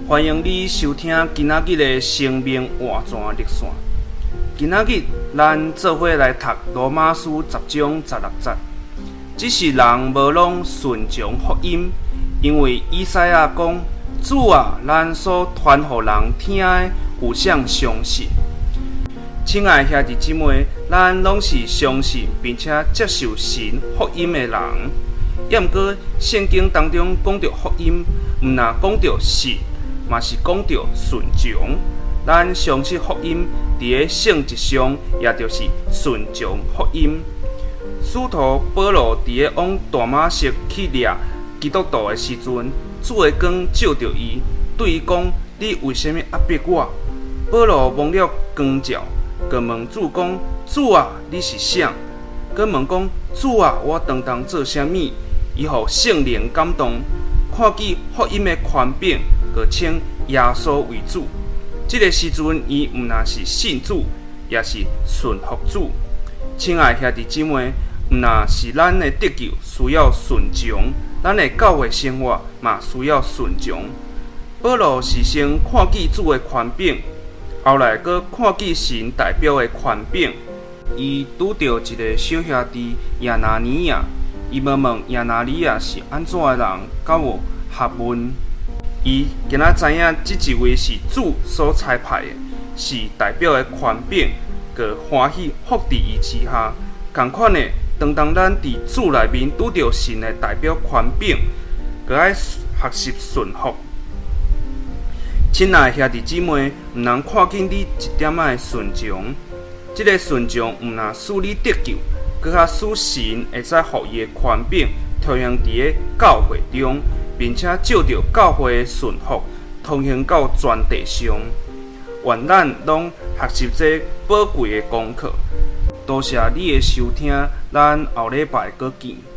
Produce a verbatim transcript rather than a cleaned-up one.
欢迎你收听今仔日的生命换转历线。今仔日咱做伙来读罗马书十章十六节。只是人无拢顺从福音，因为以赛亚讲：“主啊，咱所传予人听的，有谁相信？”亲爱兄弟姊妹，咱拢是相信并且接受神福音的人。也毋过，圣经当中讲到福音，毋若讲到信，嘛是讲到顺从。咱相信福音，伫个性质上，也就是顺从福音。使徒保罗伫个往大马色去掠基督徒的时阵，主的光照着伊，对伊讲：“你为什么压迫我？”保罗忘了光照，佮问主讲：“主啊，你是啥？”佮问讲：“主啊，我当当做啥物？”伊互圣灵感动，看见福音的权柄，佮称耶稣为主。这个时阵，伊毋但是信主，也是顺服主。亲爱兄弟姊妹，毋但是咱的得救需要顺从，咱的教会生活嘛需要顺从。保罗是先看见主的权柄，后来佮看见神代表的权柄。伊拄到一个小兄弟亚拿尼亚。伊问问亚拿尼亚是安怎的人，敢有学问？伊今仔知影，即一位是主所差派的，是代表的权柄，佮欢喜服伫伊之下。同款的，当当咱伫主内面拄到神的代表权柄，佮爱学习顺服。亲爱的兄弟姊妹，毋通看见你一点仔的顺从，即、这个顺从毋但使你得救。佮较使神会使互伊的权柄推行伫个教会中，并且照着教会的顺服，通行到全地上。愿咱拢学习这宝贵的功课。多谢你的收听，咱后礼拜搁见。